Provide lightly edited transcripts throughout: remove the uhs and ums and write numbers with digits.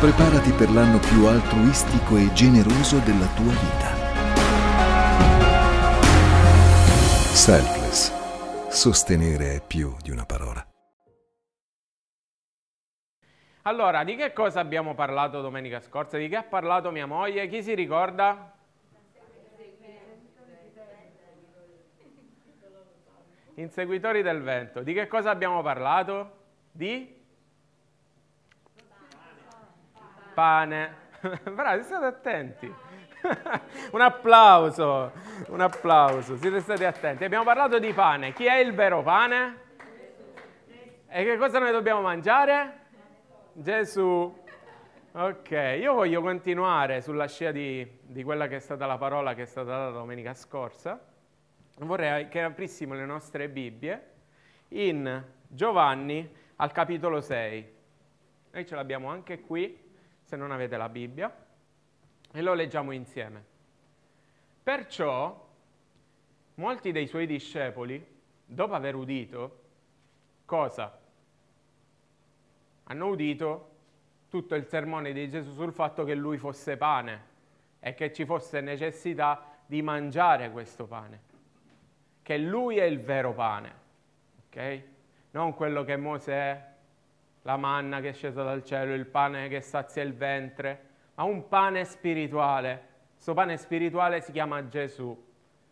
Preparati per l'anno più altruistico e generoso della tua vita. Selfless. Sostenere è più di una parola. Allora, di che cosa abbiamo parlato domenica scorsa? Di che ha parlato mia moglie? Chi si ricorda? Inseguitori del vento. Di che cosa abbiamo parlato? Di? Pane. Bravi, state attenti. Un applauso, siete stati attenti. Abbiamo parlato di pane. Chi è il vero pane? E che cosa noi dobbiamo mangiare? Gesù. Ok, io voglio continuare sulla scia di quella che è stata la parola che è stata data domenica scorsa. Vorrei che aprissimo le nostre Bibbie in Giovanni al capitolo 6. Noi ce l'abbiamo anche qui, se non avete la Bibbia, e lo leggiamo insieme. Perciò molti dei suoi discepoli, dopo aver udito, cosa? Hanno udito tutto il sermone di Gesù sul fatto che lui fosse pane e che ci fosse necessità di mangiare questo pane, che lui è il vero pane, ok? Non quello che Mosè, la manna che è scesa dal cielo, il pane che sazia il ventre, ma un pane spirituale. Questo pane spirituale si chiama Gesù.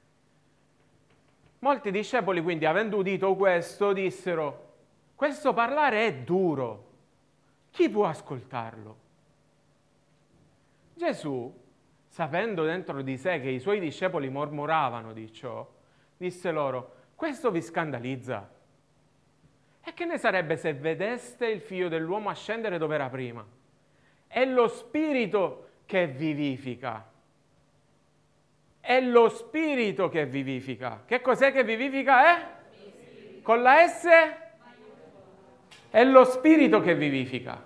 Molti discepoli quindi, avendo udito questo, dissero: questo parlare è duro. Chi può ascoltarlo? Gesù, sapendo dentro di sé che i suoi discepoli mormoravano di ciò, disse loro: questo vi scandalizza? E che ne sarebbe se vedeste il figlio dell'uomo ascendere dove era prima? È lo spirito che vivifica. È lo spirito che vivifica. Che cos'è che vivifica? Con la S? È lo spirito che vivifica.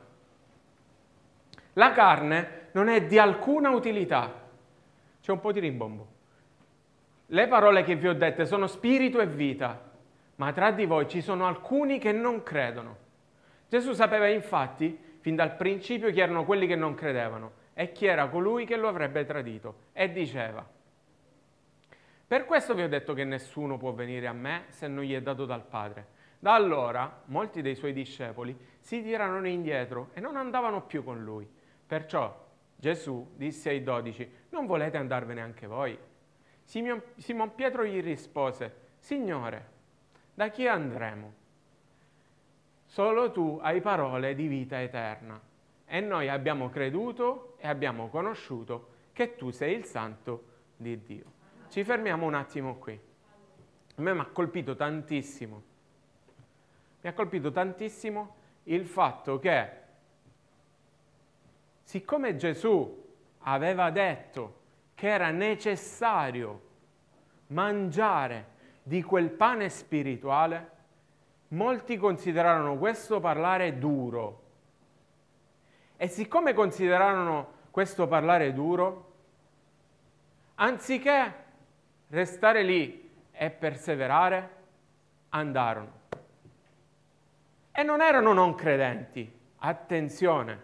La carne non è di alcuna utilità. C'è un po' di rimbombo. Le parole che vi ho dette sono spirito e vita, ma tra di voi ci sono alcuni che non credono. Gesù sapeva infatti fin dal principio chi erano quelli che non credevano e chi era colui che lo avrebbe tradito, e diceva: per questo vi ho detto che nessuno può venire a me se non gli è dato dal Padre. Da allora molti dei suoi discepoli si tirarono indietro e non andavano più con lui. Perciò Gesù disse ai 12: non volete andarvene anche voi? Simon Pietro gli rispose: Signore, da chi andremo? Solo tu hai parole di vita eterna, e noi abbiamo creduto e abbiamo conosciuto che tu sei il Santo di Dio. Ci fermiamo un attimo qui. A me mi ha colpito tantissimo. Mi ha colpito tantissimo il fatto che, siccome Gesù aveva detto che era necessario mangiare di quel pane spirituale, molti considerarono questo parlare duro. E siccome considerarono questo parlare duro, anziché restare lì e perseverare, andarono. E non erano non credenti, attenzione.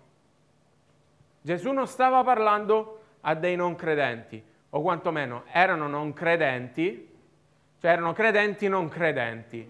Gesù non stava parlando a dei non credenti, o quantomeno erano non credenti, cioè erano credenti non credenti.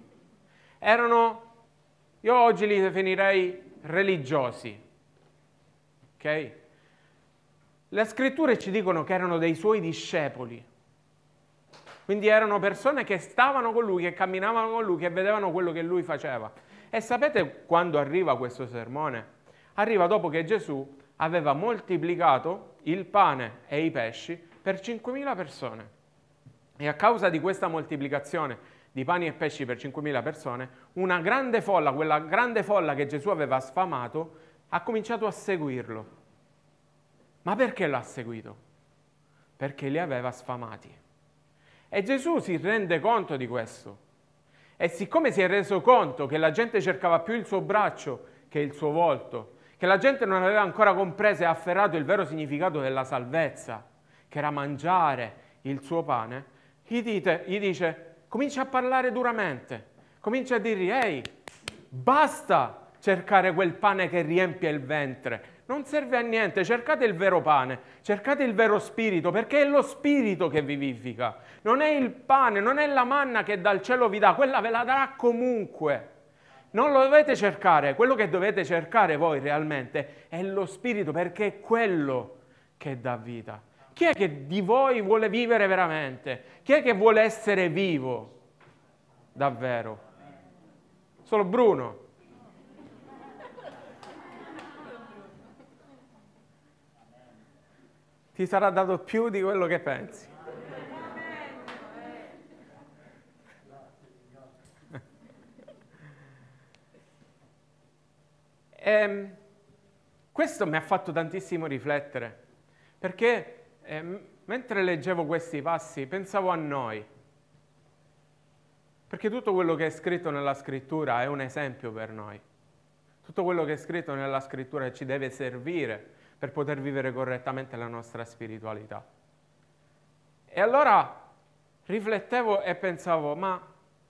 Io oggi li definirei religiosi, ok? Le scritture ci dicono che erano dei suoi discepoli, quindi erano persone che stavano con lui, che camminavano con lui, che vedevano quello che lui faceva. E sapete quando arriva questo sermone? Arriva dopo che Gesù aveva moltiplicato il pane e i pesci per 5.000 persone. E a causa di questa moltiplicazione di pani e pesci per 5.000 persone, una grande folla, quella grande folla che Gesù aveva sfamato, ha cominciato a seguirlo. Ma perché l'ha seguito? Perché li aveva sfamati. E Gesù si rende conto di questo. E siccome si è reso conto che la gente cercava più il suo braccio che il suo volto, che la gente non aveva ancora compreso e afferrato il vero significato della salvezza, che era mangiare il suo pane, gli dice: comincia a parlare duramente, comincia a dirgli: ehi, basta cercare quel pane che riempie il ventre, non serve a niente, cercate il vero pane, cercate il vero spirito, perché è lo spirito che vivifica, non è il pane, non è la manna che dal cielo vi dà, quella ve la darà comunque. Non lo dovete cercare, quello che dovete cercare voi realmente è lo spirito, perché è quello che dà vita. Chi è che di voi vuole vivere veramente? Chi è che vuole essere vivo davvero? Solo Bruno. Ti sarà dato più di quello che pensi. Questo mi ha fatto tantissimo riflettere, perché mentre leggevo questi passi pensavo a noi, perché tutto quello che è scritto nella scrittura è un esempio per noi. Tutto quello che è scritto nella scrittura ci deve servire per poter vivere correttamente la nostra spiritualità. E allora riflettevo e pensavo, ma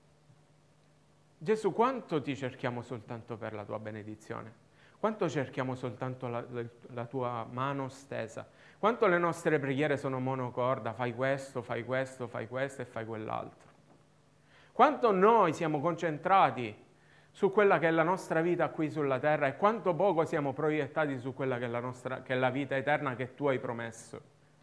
Gesù, quanto ti cerchiamo soltanto per la tua benedizione? Quanto cerchiamo soltanto la tua mano stesa? Quanto le nostre preghiere sono monocorda, fai questo, fai questo, fai questo e fai quell'altro? Quanto noi siamo concentrati su quella che è la nostra vita qui sulla terra e quanto poco siamo proiettati su quella che è la vita eterna che tu hai promesso.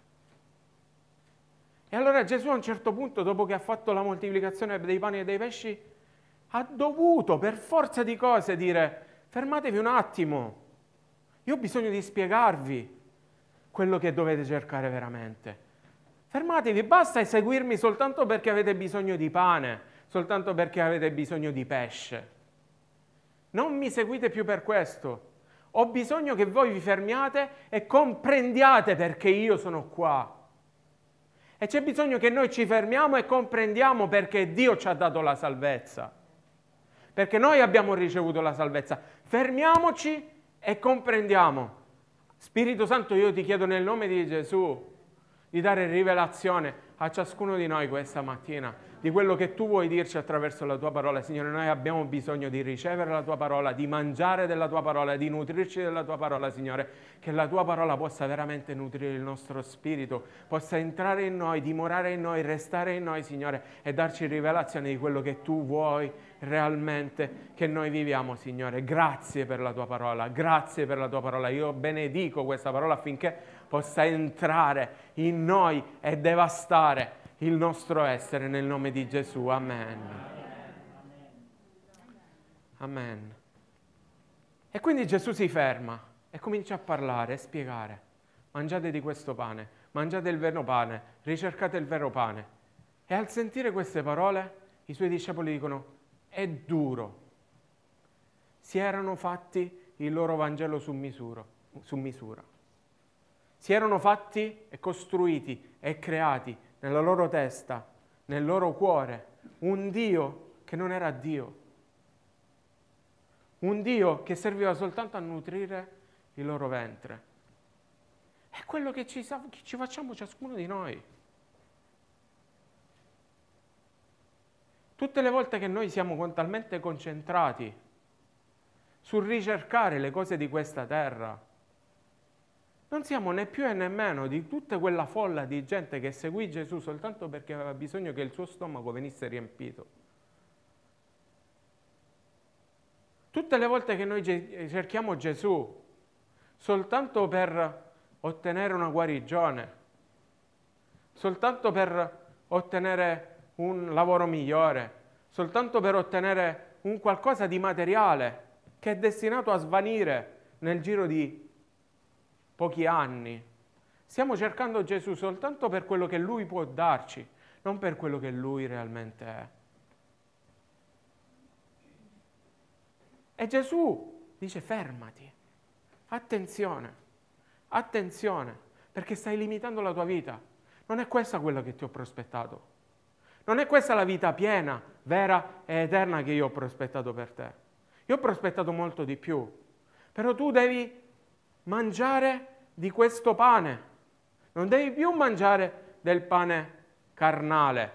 E allora Gesù a un certo punto, dopo che ha fatto la moltiplicazione dei pani e dei pesci, ha dovuto per forza di cose dire: fermatevi un attimo, io ho bisogno di spiegarvi quello che dovete cercare veramente. Fermatevi, basta seguirmi soltanto perché avete bisogno di pane, soltanto perché avete bisogno di pesce. Non mi seguite più per questo. Ho bisogno che voi vi fermiate e comprendiate perché io sono qua. E c'è bisogno che noi ci fermiamo e comprendiamo perché Dio ci ha dato la salvezza. Perché noi abbiamo ricevuto la salvezza. Fermiamoci e comprendiamo. Spirito Santo, io ti chiedo nel nome di Gesù di dare rivelazione a ciascuno di noi questa mattina di quello che tu vuoi dirci attraverso la tua parola. Signore, noi abbiamo bisogno di ricevere la tua parola, di mangiare della tua parola, di nutrirci della tua parola, Signore, che la tua parola possa veramente nutrire il nostro spirito, possa entrare in noi, dimorare in noi, restare in noi, Signore, e darci rivelazione di quello che tu vuoi realmente che noi viviamo, Signore. Grazie per la tua parola, grazie per la tua parola. Io benedico questa parola affinché possa entrare in noi e devastare il nostro essere nel nome di Gesù. Amen. Amen. E quindi Gesù si ferma e comincia a parlare e spiegare. Mangiate di questo pane, mangiate il vero pane, ricercate il vero pane. E al sentire queste parole, i suoi discepoli dicono: è duro. Si erano fatti il loro Vangelo su misura. Si erano fatti e costruiti e creati nella loro testa, nel loro cuore, un Dio che non era Dio. Un Dio che serviva soltanto a nutrire il loro ventre. È quello che ci facciamo ciascuno di noi. Tutte le volte che noi siamo talmente concentrati sul ricercare le cose di questa terra, non siamo né più e né meno di tutta quella folla di gente che seguì Gesù soltanto perché aveva bisogno che il suo stomaco venisse riempito. Tutte le volte che noi cerchiamo Gesù soltanto per ottenere una guarigione, soltanto per ottenere un lavoro migliore, soltanto per ottenere un qualcosa di materiale che è destinato a svanire nel giro di pochi anni. Stiamo cercando Gesù soltanto per quello che Lui può darci, non per quello che Lui realmente è. E Gesù dice: fermati, attenzione, attenzione, perché stai limitando la tua vita. Non è questa quella che ti ho prospettato. Non è questa la vita piena, vera e eterna che io ho prospettato per te. Io ho prospettato molto di più, però tu devi mangiare di questo pane, non devi più mangiare del pane carnale,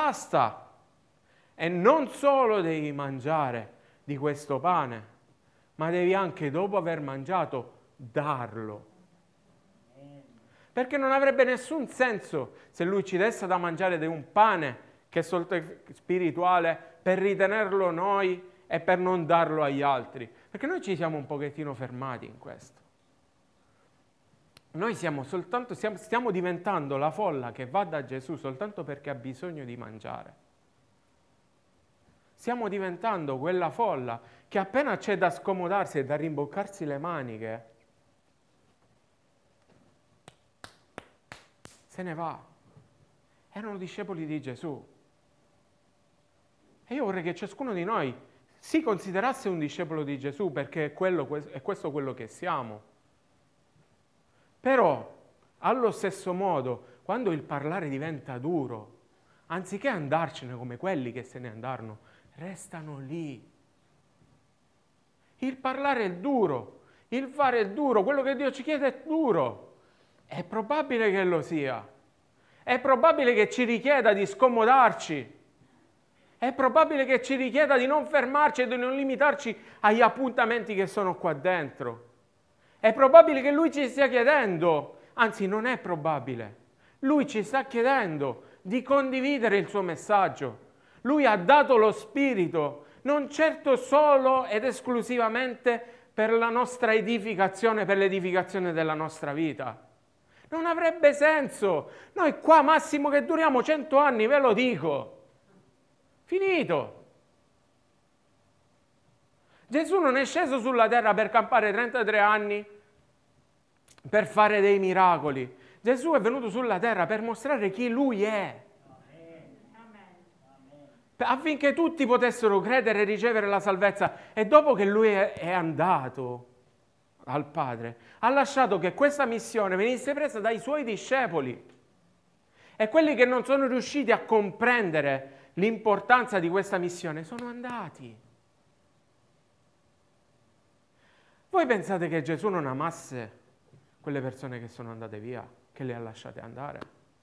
basta. E non solo devi mangiare di questo pane, ma devi anche, dopo aver mangiato, darlo. Perché non avrebbe nessun senso se lui ci desse da mangiare di un pane che è soltanto spirituale per ritenerlo noi e per non darlo agli altri. Perché noi ci siamo un pochettino fermati in questo. Noi stiamo diventando la folla che va da Gesù soltanto perché ha bisogno di mangiare. Stiamo diventando quella folla che appena c'è da scomodarsi e da rimboccarsi le maniche, se ne va. Erano discepoli di Gesù. E io vorrei che ciascuno di noi si considerasse un discepolo di Gesù, perché è questo quello che siamo. Però, allo stesso modo, quando il parlare diventa duro, anziché andarcene come quelli che se ne andarono, restano lì. Il parlare è duro, il fare è duro, quello che Dio ci chiede è duro. È probabile che lo sia. È probabile che ci richieda di scomodarci. È probabile che ci richieda di non fermarci e di non limitarci agli appuntamenti che sono qua dentro. È probabile che Lui ci stia chiedendo, anzi non è probabile, Lui ci sta chiedendo di condividere il suo messaggio. Lui ha dato lo Spirito, non certo solo ed esclusivamente per la nostra edificazione, per l'edificazione della nostra vita. Non avrebbe senso. Noi qua massimo che duriamo 100 anni, ve lo dico. Finito. Gesù non è sceso sulla terra per campare 33 anni, per fare dei miracoli. Gesù è venuto sulla terra per mostrare chi Lui è. Affinché tutti potessero credere e ricevere la salvezza. E dopo che Lui è andato al Padre, ha lasciato che questa missione venisse presa dai Suoi discepoli. E quelli che non sono riusciti a comprendere l'importanza di questa missione sono andati. Voi pensate che Gesù non amasse quelle persone che sono andate via, che le ha lasciate andare?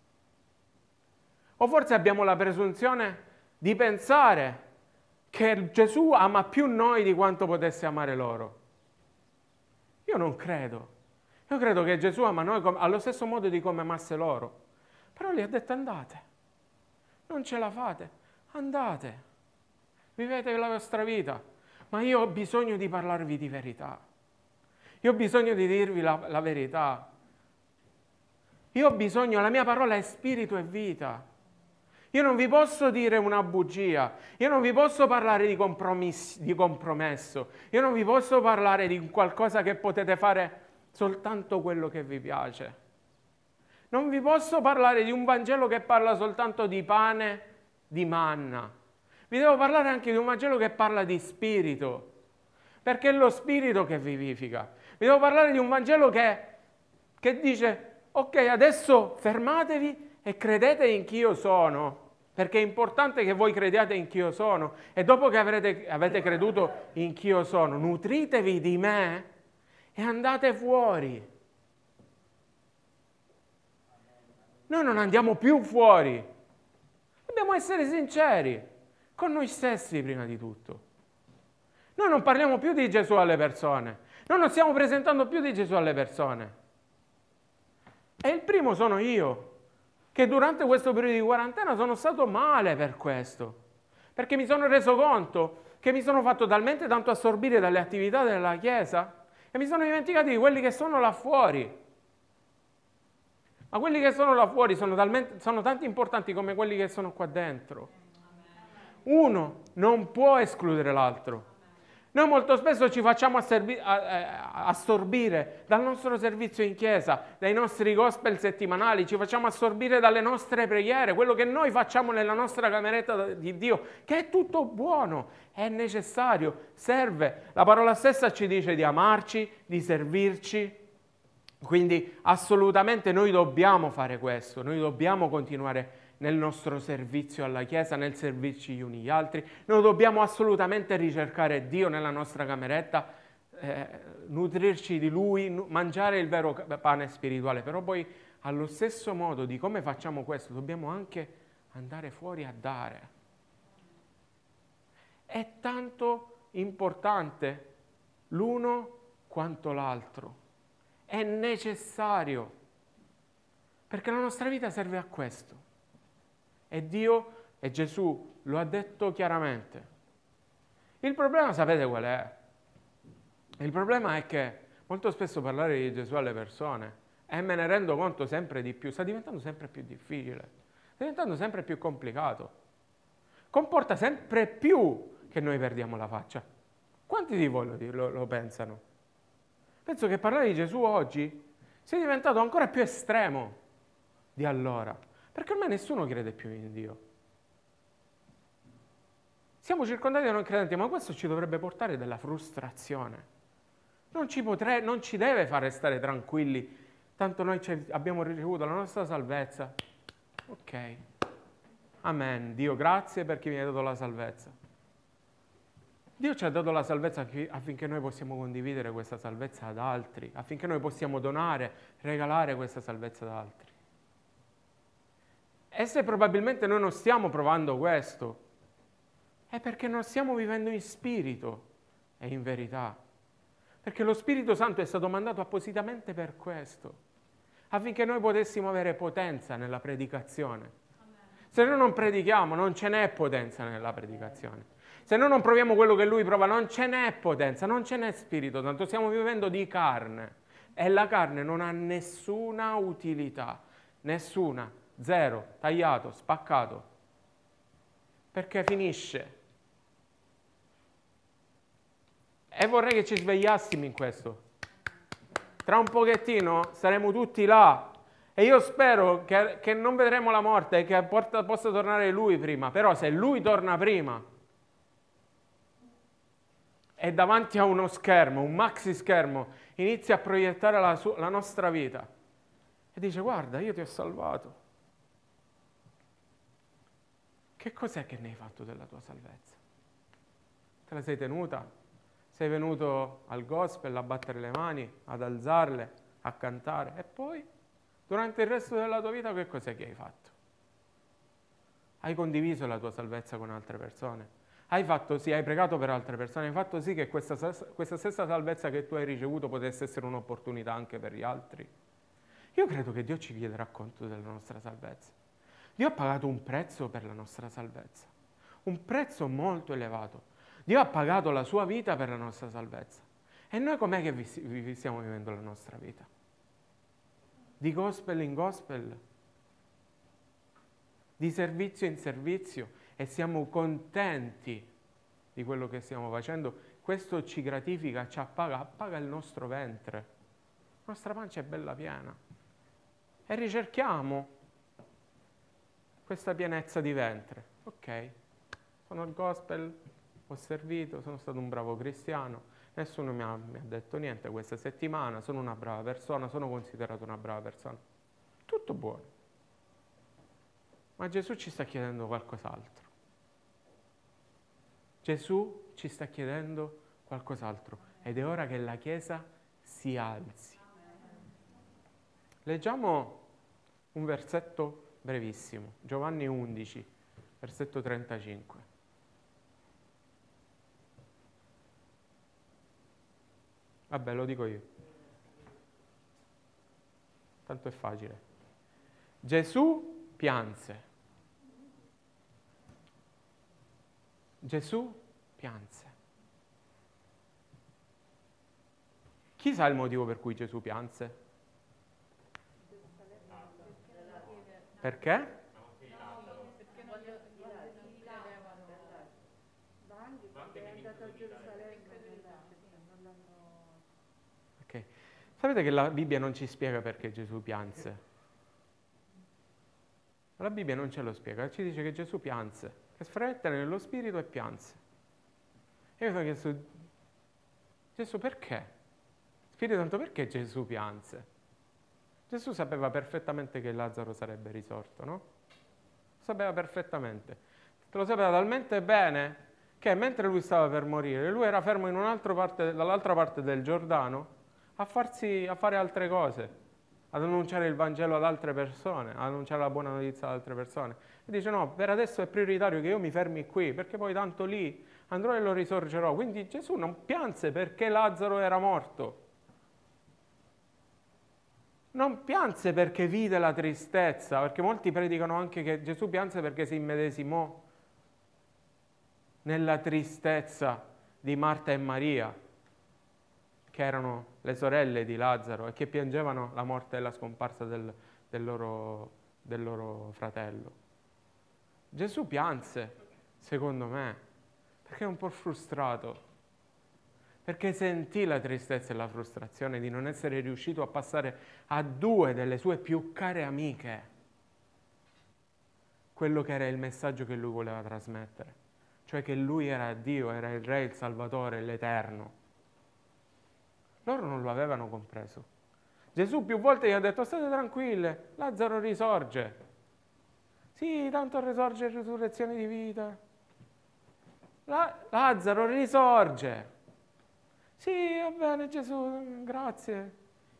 O forse abbiamo la presunzione di pensare che Gesù ama più noi di quanto potesse amare loro? Io non credo. Io credo che Gesù ama noi allo stesso modo di come amasse loro. Però gli ha detto andate, non ce la fate, andate, vivete la vostra vita, ma io ho bisogno di parlarvi di verità, io ho bisogno di dirvi la verità, io ho bisogno, la mia parola è spirito e vita, io non vi posso dire una bugia, io non vi posso parlare di compromesso, io non vi posso parlare di qualcosa che potete fare soltanto quello che vi piace. Non vi posso parlare di un Vangelo che parla soltanto di pane, di manna. Vi devo parlare anche di un Vangelo che parla di spirito, perché è lo spirito che vivifica. Vi devo parlare di un Vangelo che dice, ok, adesso fermatevi e credete in chi io sono, perché è importante che voi crediate in chi io sono. E dopo che avete creduto in chi io sono, nutritevi di me e andate fuori. Noi non andiamo più fuori, dobbiamo essere sinceri con noi stessi prima di tutto. Noi non parliamo più di Gesù alle persone, noi non stiamo presentando più di Gesù alle persone. E il primo sono io, che durante questo periodo di quarantena sono stato male per questo, perché mi sono reso conto che mi sono fatto talmente tanto assorbire dalle attività della Chiesa e mi sono dimenticato di quelli che sono là fuori. Ma quelli che sono là fuori sono tanto importanti come quelli che sono qua dentro. Uno non può escludere l'altro. Noi molto spesso ci facciamo assorbire dal nostro servizio in chiesa, dai nostri gospel settimanali, ci facciamo assorbire dalle nostre preghiere, quello che noi facciamo nella nostra cameretta di Dio, che è tutto buono, è necessario, serve. La parola stessa ci dice di amarci, di servirci. Quindi assolutamente noi dobbiamo fare questo, noi dobbiamo continuare nel nostro servizio alla Chiesa, nel servirci gli uni gli altri, noi dobbiamo assolutamente ricercare Dio nella nostra cameretta, nutrirci di Lui, mangiare il vero pane spirituale, però poi allo stesso modo di come facciamo questo dobbiamo anche andare fuori a dare. È tanto importante l'uno quanto l'altro. È necessario, perché la nostra vita serve a questo. E Dio e Gesù lo ha detto chiaramente. Il problema, sapete qual è? Il problema è che molto spesso parlare di Gesù alle persone, e me ne rendo conto sempre di più, sta diventando sempre più difficile, sta diventando sempre più complicato. Comporta sempre più che noi perdiamo la faccia. Quanti di voi lo pensano? Penso che parlare di Gesù oggi sia diventato ancora più estremo di allora, perché ormai nessuno crede più in Dio. Siamo circondati da non credenti, ma questo ci dovrebbe portare della frustrazione. Non ci deve fare stare tranquilli, tanto noi abbiamo ricevuto la nostra salvezza. Ok, amen. Dio, grazie perché mi hai dato la salvezza. Dio ci ha dato la salvezza affinché noi possiamo condividere questa salvezza ad altri, affinché noi possiamo donare, regalare questa salvezza ad altri. E se probabilmente noi non stiamo provando questo, è perché non stiamo vivendo in spirito e in verità. Perché lo Spirito Santo è stato mandato appositamente per questo, affinché noi potessimo avere potenza nella predicazione. Se noi non predichiamo, non ce n'è potenza nella predicazione. Se noi non proviamo quello che Lui prova, non ce n'è potenza, non ce n'è Spirito Santo. Stiamo vivendo di carne e la carne non ha nessuna utilità, nessuna, zero, tagliato, spaccato, perché finisce. E vorrei che ci svegliassimo in questo. Tra un pochettino saremo tutti là e io spero che non vedremo la morte e che possa tornare Lui prima. Però se Lui torna prima e davanti a uno schermo, un maxi schermo, inizia a proiettare la nostra vita e dice: guarda, io ti ho salvato. Che cos'è che ne hai fatto della tua salvezza? Te la sei tenuta? Sei venuto al gospel a battere le mani, ad alzarle, a cantare, e poi durante il resto della tua vita che cos'è che hai fatto? Hai condiviso la tua salvezza con altre persone? Hai pregato per altre persone, hai fatto sì che questa stessa salvezza che tu hai ricevuto potesse essere un'opportunità anche per gli altri? Io credo che Dio ci chiederà conto della nostra salvezza. Dio ha pagato un prezzo per la nostra salvezza, un prezzo molto elevato. Dio ha pagato la sua vita per la nostra salvezza. E noi com'è che stiamo vivendo la nostra vita? Di gospel in gospel, di servizio in servizio, e siamo contenti di quello che stiamo facendo. Questo ci gratifica, ci appaga il nostro ventre. La nostra pancia è bella piena. E ricerchiamo questa pienezza di ventre. Ok, sono al gospel, ho servito, sono stato un bravo cristiano, nessuno mi ha detto niente questa settimana, sono una brava persona, sono considerato una brava persona. Tutto buono. Ma Gesù ci sta chiedendo qualcos'altro. Gesù ci sta chiedendo qualcos'altro ed è ora che la Chiesa si alzi. Leggiamo un versetto brevissimo, Giovanni 11, versetto 35. Vabbè, lo dico io. Tanto è facile. Gesù pianse. Gesù pianse. Chi sa il motivo per cui Gesù pianse? Perché? Ok. Sapete che la Bibbia non ci spiega perché Gesù pianse? La Bibbia non ce lo spiega, ci dice che Gesù pianse, che sfretta nello spirito e pianse. E io mi sono chiesto: Gesù perché? Spirito Santo, perché Gesù pianse? Gesù sapeva perfettamente che Lazzaro sarebbe risorto, no? Lo sapeva perfettamente. Lo sapeva talmente bene che mentre lui stava per morire, lui era fermo in dall'altra parte del Giordano a fare altre cose, ad annunciare il Vangelo ad altre persone, ad annunciare la buona notizia ad altre persone. E dice no, per adesso è prioritario che io mi fermi qui, perché poi tanto lì andrò e lo risorgerò. Quindi Gesù non pianse perché Lazzaro era morto. Non pianse perché vide la tristezza, perché molti predicano anche che Gesù pianse perché si immedesimò nella tristezza di Marta e Maria, che erano le sorelle di Lazzaro e che piangevano la morte e la scomparsa del loro fratello. Gesù pianse, secondo me, perché è un po' frustrato, perché sentì la tristezza e la frustrazione di non essere riuscito a passare a 2 delle sue più care amiche quello che era il messaggio che lui voleva trasmettere, cioè che lui era Dio, era il Re, il Salvatore, l'Eterno. Loro non lo avevano compreso. Gesù più volte gli ha detto: state tranquille, Lazzaro risorge. Sì, tanto risorge in risurrezione di vita. Lazzaro risorge. Sì, va bene Gesù, grazie.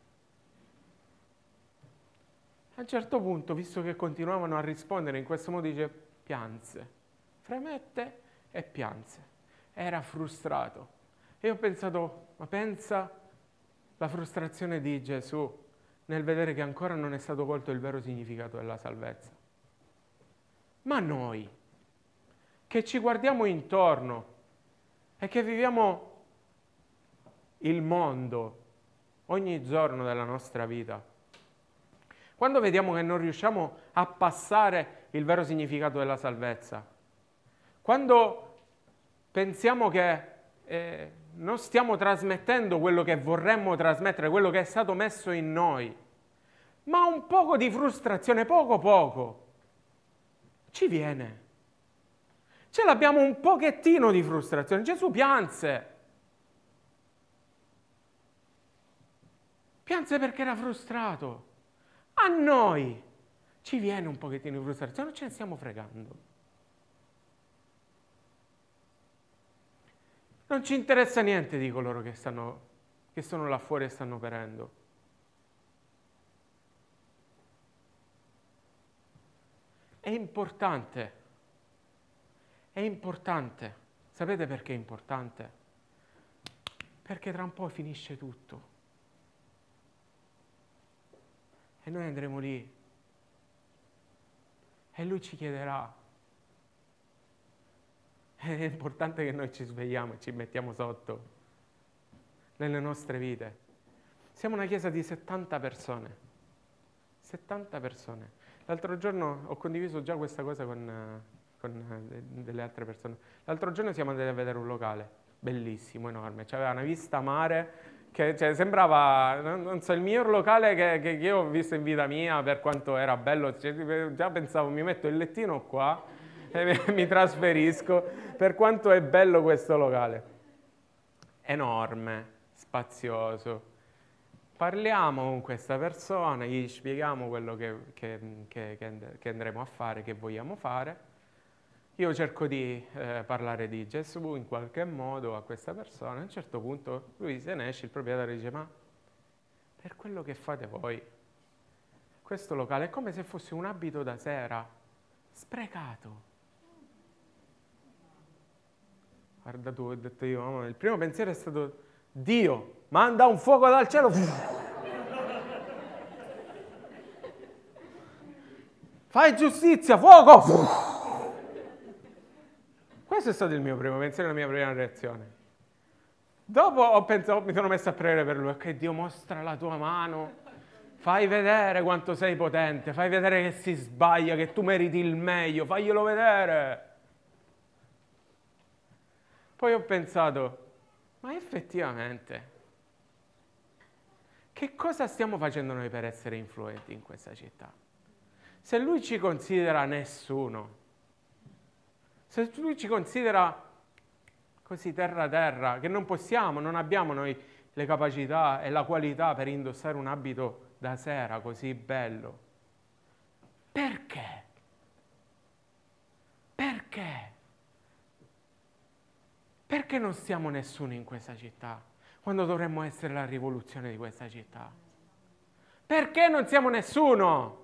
A un certo punto, visto che continuavano a rispondere in questo modo, dice: pianse, fremette e pianse. Era frustrato. E io ho pensato: ma pensa la frustrazione di Gesù nel vedere che ancora non è stato colto il vero significato della salvezza. Ma noi, che ci guardiamo intorno e che viviamo il mondo ogni giorno della nostra vita, quando vediamo che non riusciamo a passare il vero significato della salvezza, quando pensiamo che non stiamo trasmettendo quello che vorremmo trasmettere, quello che è stato messo in noi, ma un poco di frustrazione, poco, ci viene. Ce l'abbiamo un pochettino di frustrazione. Gesù pianse. Pianse perché era frustrato. A noi ci viene un pochettino di frustrazione, non ce ne stiamo fregando. Non ci interessa niente di coloro che sono là fuori e stanno perendo. È importante. Sapete perché è importante? Perché tra un po' finisce tutto. E noi andremo lì. E lui ci chiederà. È importante che noi ci svegliamo e ci mettiamo sotto nelle nostre vite. Siamo una chiesa di 70 persone. 70 persone. L'altro giorno ho condiviso già questa cosa con delle altre persone. L'altro giorno siamo andati a vedere un locale bellissimo, enorme. C'aveva una vista mare che sembrava, non so, il miglior locale che io ho visto in vita mia per quanto era bello. Già pensavo, mi metto il lettino qua e mi trasferisco, per quanto è bello questo locale. Enorme, spazioso. Parliamo con questa persona, gli spieghiamo quello che andremo a fare, che vogliamo fare. Io cerco di parlare di Gesù in qualche modo a questa persona. A un certo punto lui se ne esce, il proprietario dice: ma per quello che fate voi, questo locale è come se fosse un abito da sera, sprecato. Guarda tu, ho detto io, mamma, il primo pensiero è stato: Dio, manda un fuoco dal cielo. Fai giustizia, fuoco. Questo è stato il mio primo pensiero, la mia prima reazione. Dopo ho pensato, mi sono messo a pregare per lui: ok, Dio, mostra la tua mano, fai vedere quanto sei potente, fai vedere che si sbaglia, che tu meriti il meglio, faglielo vedere. Poi ho pensato: ma effettivamente, che cosa stiamo facendo noi per essere influenti in questa città? Se lui ci considera nessuno, se lui ci considera così terra, che non possiamo, non abbiamo noi le capacità e la qualità per indossare un abito da sera così bello, perché? Perché? Perché non siamo nessuno in questa città, quando dovremmo essere la rivoluzione di questa città? Perché non siamo nessuno?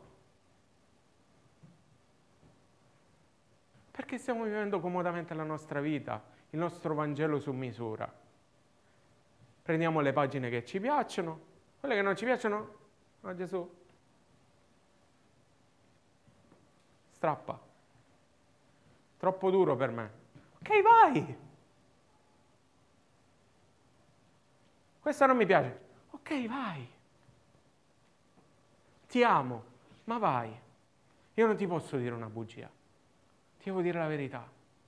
Perché stiamo vivendo comodamente la nostra vita, il nostro Vangelo su misura. Prendiamo le pagine che ci piacciono, quelle che non ci piacciono, no Gesù, strappa. Troppo duro per me. Ok, vai! Questa non mi piace. Ok, vai. Ti amo, ma vai. Io non ti posso dire una bugia. Ti devo dire la verità.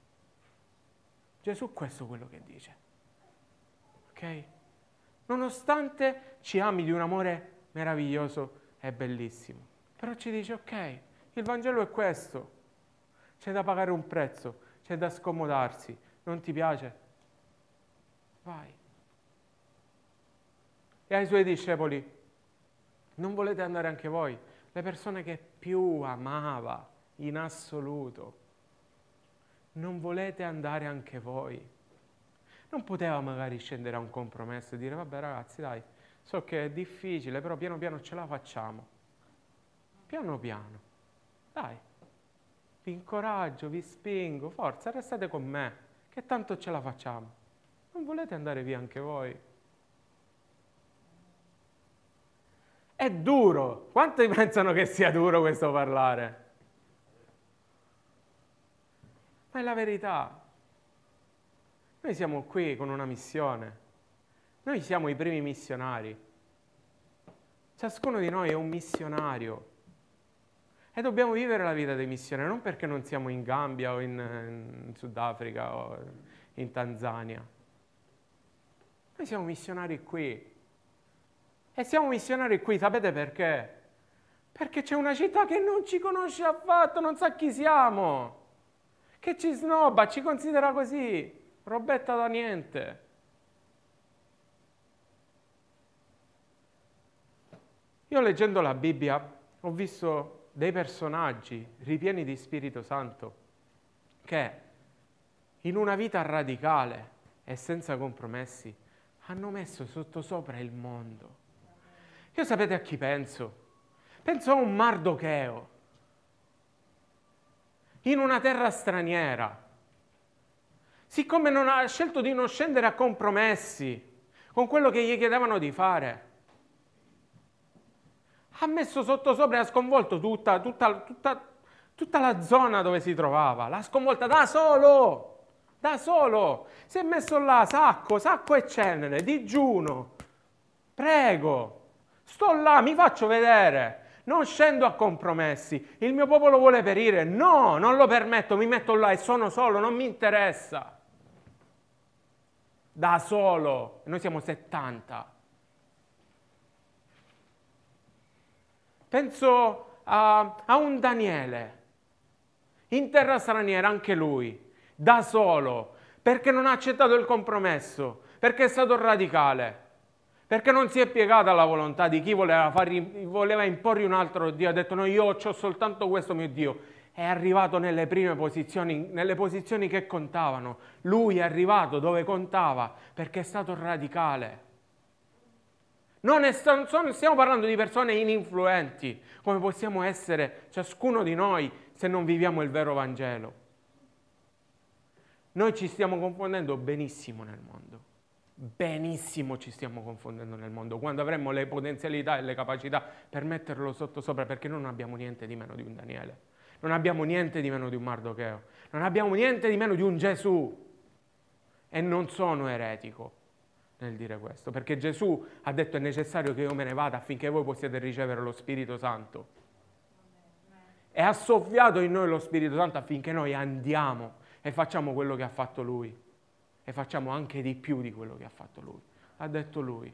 Gesù questo è quello che dice. Ok? Nonostante ci ami di un amore meraviglioso e bellissimo. Però ci dice, ok, il Vangelo è questo. C'è da pagare un prezzo, c'è da scomodarsi. Non ti piace? Vai. E ai suoi discepoli, non volete andare anche voi? Le persone che più amava in assoluto. Non volete andare anche voi? Non poteva magari scendere a un compromesso e dire, vabbè ragazzi, dai, so che è difficile, però piano piano ce la facciamo. Piano piano. Dai, vi incoraggio, vi spingo, forza, restate con me, che tanto ce la facciamo. Non volete andare via anche voi? È duro. Quanti pensano che sia duro questo parlare? Ma è la verità. Noi siamo qui con una missione. Noi siamo i primi missionari. Ciascuno di noi è un missionario. E dobbiamo vivere la vita dei missionari, non perché non siamo in Gambia o in Sudafrica o in Tanzania. Noi siamo missionari qui. E siamo missionari qui, sapete perché? Perché c'è una città che non ci conosce affatto, non sa chi siamo, che ci snobba, ci considera così, robetta da niente. Io leggendo la Bibbia ho visto dei personaggi ripieni di Spirito Santo che in una vita radicale e senza compromessi hanno messo sottosopra il mondo. Io sapete a chi penso? Penso a un Mardocheo, in una terra straniera. Siccome non ha scelto di non scendere a compromessi con quello che gli chiedevano di fare, ha messo sottosopra e ha sconvolto tutta la zona dove si trovava. L'ha sconvolta da solo, da solo. Si è messo là, sacco e cenere, digiuno. Prego. Sto là, mi faccio vedere, non scendo a compromessi, il mio popolo vuole perire, no, non lo permetto, mi metto là e sono solo, non mi interessa. Da solo, noi siamo 70. Penso a un Daniele, in terra straniera anche lui, da solo, perché non ha accettato il compromesso, perché è stato radicale. Perché non si è piegato alla volontà di chi voleva imporre un altro Dio, ha detto no, io ho soltanto questo mio Dio. È arrivato nelle prime posizioni, nelle posizioni che contavano. Lui è arrivato dove contava perché è stato radicale. Non stiamo parlando di persone ininfluenti, come possiamo essere ciascuno di noi se non viviamo il vero Vangelo. Noi ci stiamo confondendo benissimo nel mondo. Benissimo ci stiamo confondendo nel mondo, quando avremmo le potenzialità e le capacità per metterlo sottosopra, perché non abbiamo niente di meno di un Daniele, non abbiamo niente di meno di un Mardocheo, non abbiamo niente di meno di un Gesù. E non sono eretico nel dire questo, perché Gesù ha detto è necessario che io me ne vada affinché voi possiate ricevere lo Spirito Santo. E ha soffiato in noi lo Spirito Santo affinché noi andiamo e facciamo quello che ha fatto Lui. E facciamo anche di più di quello che ha fatto Lui. Ha detto Lui.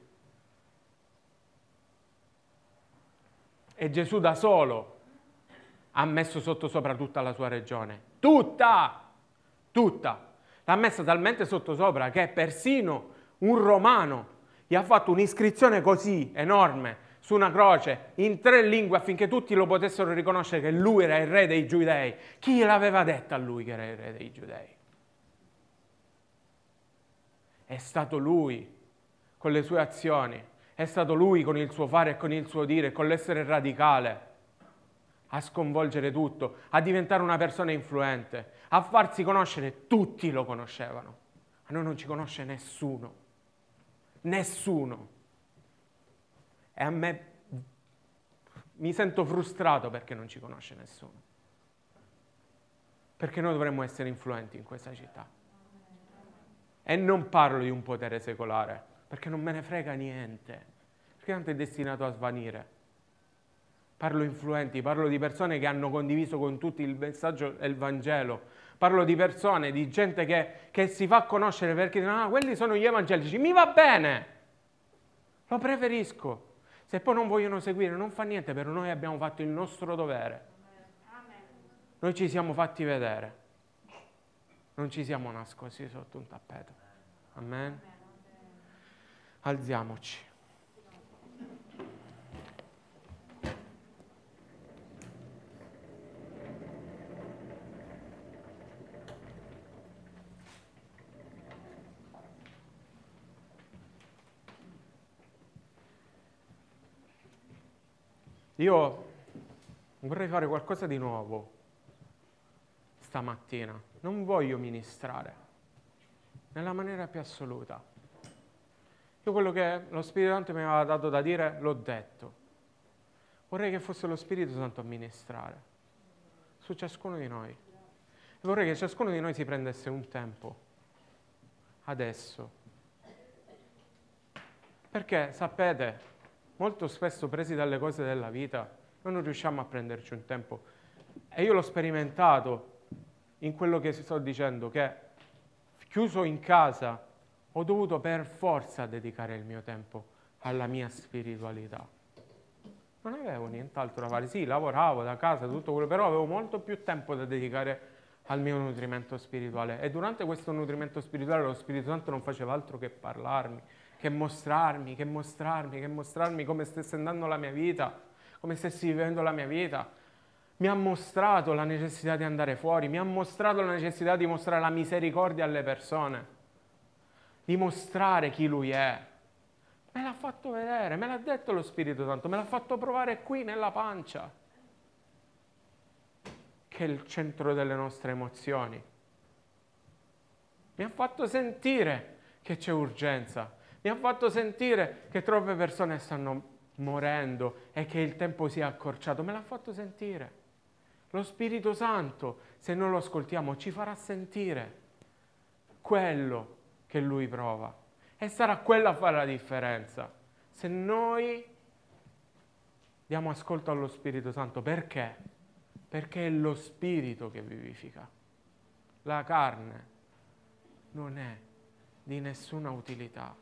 E Gesù da solo ha messo sottosopra tutta la sua regione. Tutta! L'ha messa talmente sottosopra che persino un romano gli ha fatto un'iscrizione così enorme su una croce in 3 lingue affinché tutti lo potessero riconoscere che lui era il re dei giudei. Chi gliel'aveva detto a lui che era il re dei giudei? È stato lui, con le sue azioni, È stato Lui con il suo fare e con il suo dire, con l'essere radicale, a sconvolgere tutto, a diventare una persona influente, a farsi conoscere. Tutti lo conoscevano. A noi non ci conosce nessuno. Nessuno. E a me mi sento frustrato perché non ci conosce nessuno. Perché noi dovremmo essere influenti in questa città. E non parlo di un potere secolare, perché non me ne frega niente, perché tanto è destinato a svanire. Parlo influenti, parlo di persone che hanno condiviso con tutti il messaggio del Vangelo. Parlo di persone, di gente che si fa conoscere perché dicono: ah, quelli sono gli evangelici, mi va bene, lo preferisco. Se poi non vogliono seguire, non fa niente, per noi abbiamo fatto il nostro dovere. Noi ci siamo fatti vedere, non ci siamo nascosti sotto un tappeto. Amen. Alziamoci. Io vorrei fare qualcosa di nuovo stamattina. Non voglio ministrare nella maniera più assoluta. Io quello che lo Spirito Santo mi aveva dato da dire, l'ho detto. Vorrei che fosse lo Spirito Santo a ministrare su ciascuno di noi. E vorrei che ciascuno di noi si prendesse un tempo, adesso. Perché, sapete, molto spesso presi dalle cose della vita, noi non riusciamo a prenderci un tempo. E io l'ho sperimentato in quello che sto dicendo, che chiuso in casa ho dovuto per forza dedicare il mio tempo alla mia spiritualità. Non avevo nient'altro da fare. Sì, lavoravo da casa, tutto quello, però avevo molto più tempo da dedicare al mio nutrimento spirituale. E durante questo nutrimento spirituale lo Spirito Santo non faceva altro che parlarmi, che mostrarmi come stesse andando la mia vita, come stessi vivendo la mia vita. Mi ha mostrato la necessità di andare fuori, mi ha mostrato la necessità di mostrare la misericordia alle persone, di mostrare chi Lui è. Me l'ha fatto vedere, me l'ha detto lo Spirito Santo, me l'ha fatto provare qui nella pancia, che è il centro delle nostre emozioni. Mi ha fatto sentire che c'è urgenza, mi ha fatto sentire che troppe persone stanno morendo e che il tempo si è accorciato, me l'ha fatto sentire. Lo Spirito Santo, se non lo ascoltiamo, ci farà sentire quello che Lui prova. E sarà quello a fare la differenza. Se noi diamo ascolto allo Spirito Santo, perché? Perché è lo Spirito che vivifica. La carne non è di nessuna utilità.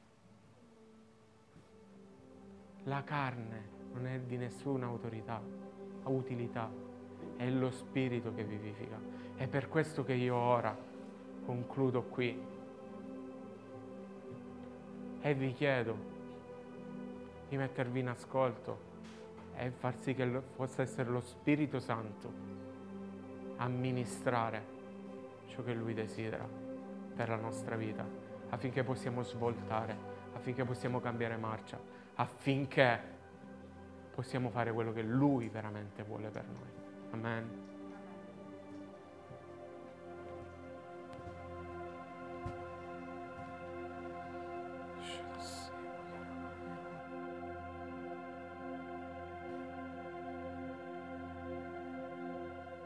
La carne non è di nessuna utilità. È lo Spirito che vivifica. È per questo che io ora concludo qui e vi chiedo di mettervi in ascolto e far sì che possa essere lo Spirito Santo a ministrare ciò che Lui desidera per la nostra vita, affinché possiamo svoltare, affinché possiamo cambiare marcia, affinché possiamo fare quello che Lui veramente vuole per noi. Amen.